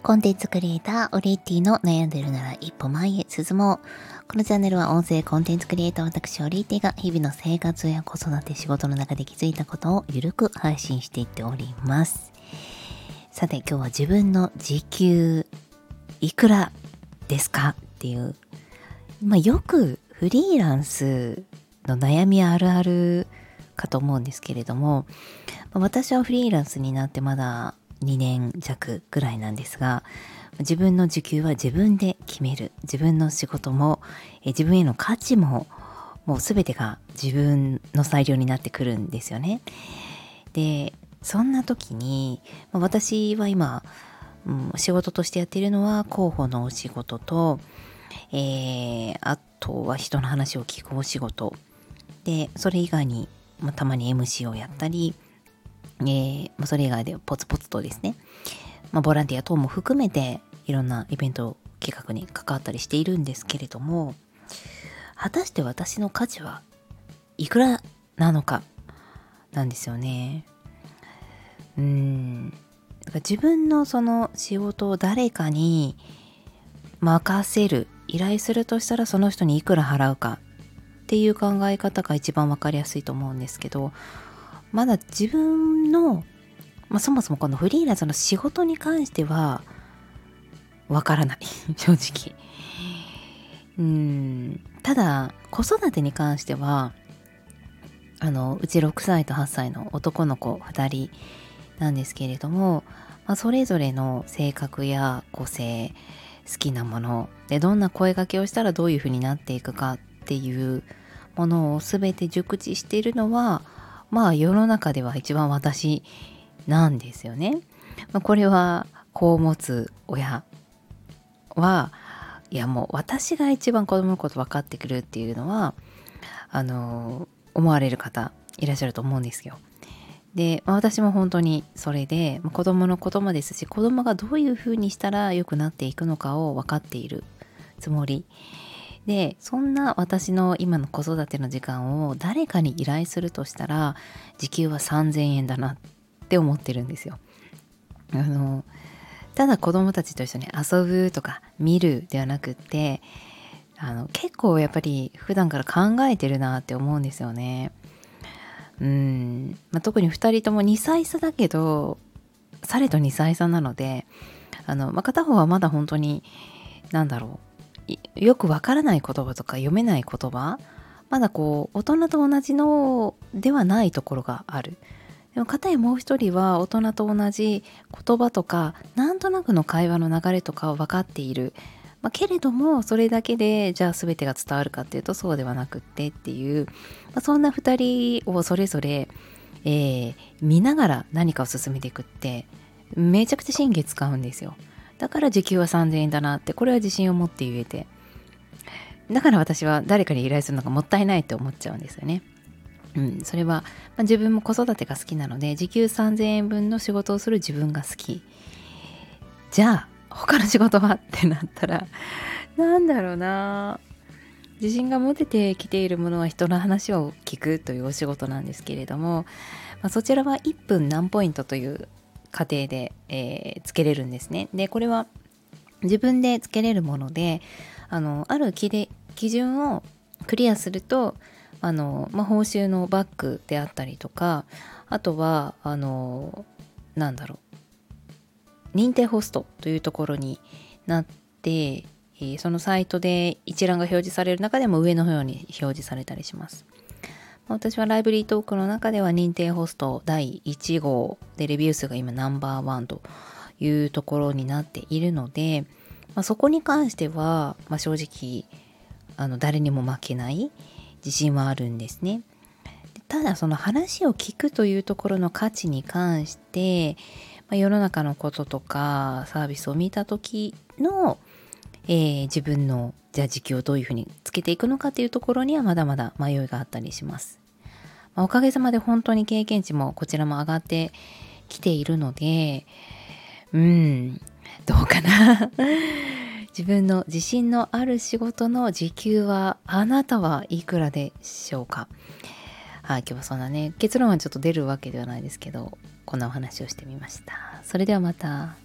コンテンツクリエイター、オリエッティの悩んでるなら一歩前へ進もう。このチャンネルは音声コンテンツクリエイター私、オリエッティが日々の生活や子育て仕事の中で気づいたことをゆるく配信していっております。さて、今日は自分の時給いくらですかっていう、よくフリーランスの悩みあるあるかと思うんですけれども、私はフリーランスになってまだ2年弱ぐらいなんですが、自分の時給は自分で決める。自分の仕事も自分への価値ももう全てが自分の裁量になってくるんですよね。で、そんな時に私は今、仕事としてやっているのは広報のお仕事と、あとは人の話を聞くお仕事で、それ以外に、たまに MC をやったり、それ以外でポツポツとですね、ボランティア等も含めていろんなイベント企画に関わったりしているんですけれども、果たして私の価値はいくらなのかなんですよね。だから自分のその仕事を誰かに任せる、依頼するとしたらその人にいくら払うかっていう考え方が一番わかりやすいと思うんですけど、まだ自分の、そもそもこのフリーランスの仕事に関してはわからない正直。ただ子育てに関してはうち6歳と8歳の男の子2人なんですけれども、それぞれの性格や個性、好きなものでどんな声掛けをしたらどういう風になっていくかっていうものを全て熟知しているのは世の中では一番私なんですよね。これは子を持つ親はいやもう私が一番子供のこと分かってくるっていうのは思われる方いらっしゃると思うんですよ。で、私も本当にそれで子供のこともですし、子供がどういう風にしたら良くなっていくのかを分かっているつもりで、そんな私の今の子育ての時間を誰かに依頼するとしたら時給は3000円だなって思ってるんですよ。ただ子供たちと一緒に遊ぶとか見るではなくって結構やっぱり普段から考えてるなって思うんですよね。特に2人とも2歳差だけどされど2歳差なので片方はまだ本当によくわからない言葉とか読めない言葉、まだ大人と同じのではないところがある。でも片やもう一人は大人と同じ言葉とかなんとなくの会話の流れとかを分かっている、けれどもそれだけでじゃあ全てが伝わるかっていうとそうではなくってっていう、そんな2人をそれぞれ、見ながら何かを進めていくってめちゃくちゃ神経使うんですよ。だから時給は3000円だなって、これは自信を持って言えて、だから私は誰かに依頼するのがもったいないって思っちゃうんですよね。それは、自分も子育てが好きなので時給3000円分の仕事をする自分が好き。じゃあ他の仕事はってなったら自信が持ててきているものは人の話を聞くというお仕事なんですけれども、そちらは1分何ポイントという過程で、つけれるんですね。で、これは自分でつけれるものである基準をクリアすると報酬のバックであったりとか、あとは認定ホストというところになって、そのサイトで一覧が表示される中でも上の方に表示されたりします。私はライブリートークの中では認定ホスト第1号でレビュー数が今ナンバーワンというところになっているので、そこに関しては、正直誰にも負けない自信はあるんですね。ただその話を聞くというところの価値に関して、世の中のこととかサービスを見た時の、自分のじゃあ時給をどういうふうにつけていくのかっていうところにはまだまだ迷いがあったりします。おかげさまで本当に経験値もこちらも上がってきているので、どうかな自分の自信のある仕事の時給はあなたはいくらでしょうか。今日はそんなね結論はちょっと出るわけではないですけど、こんなお話をしてみました。それではまた。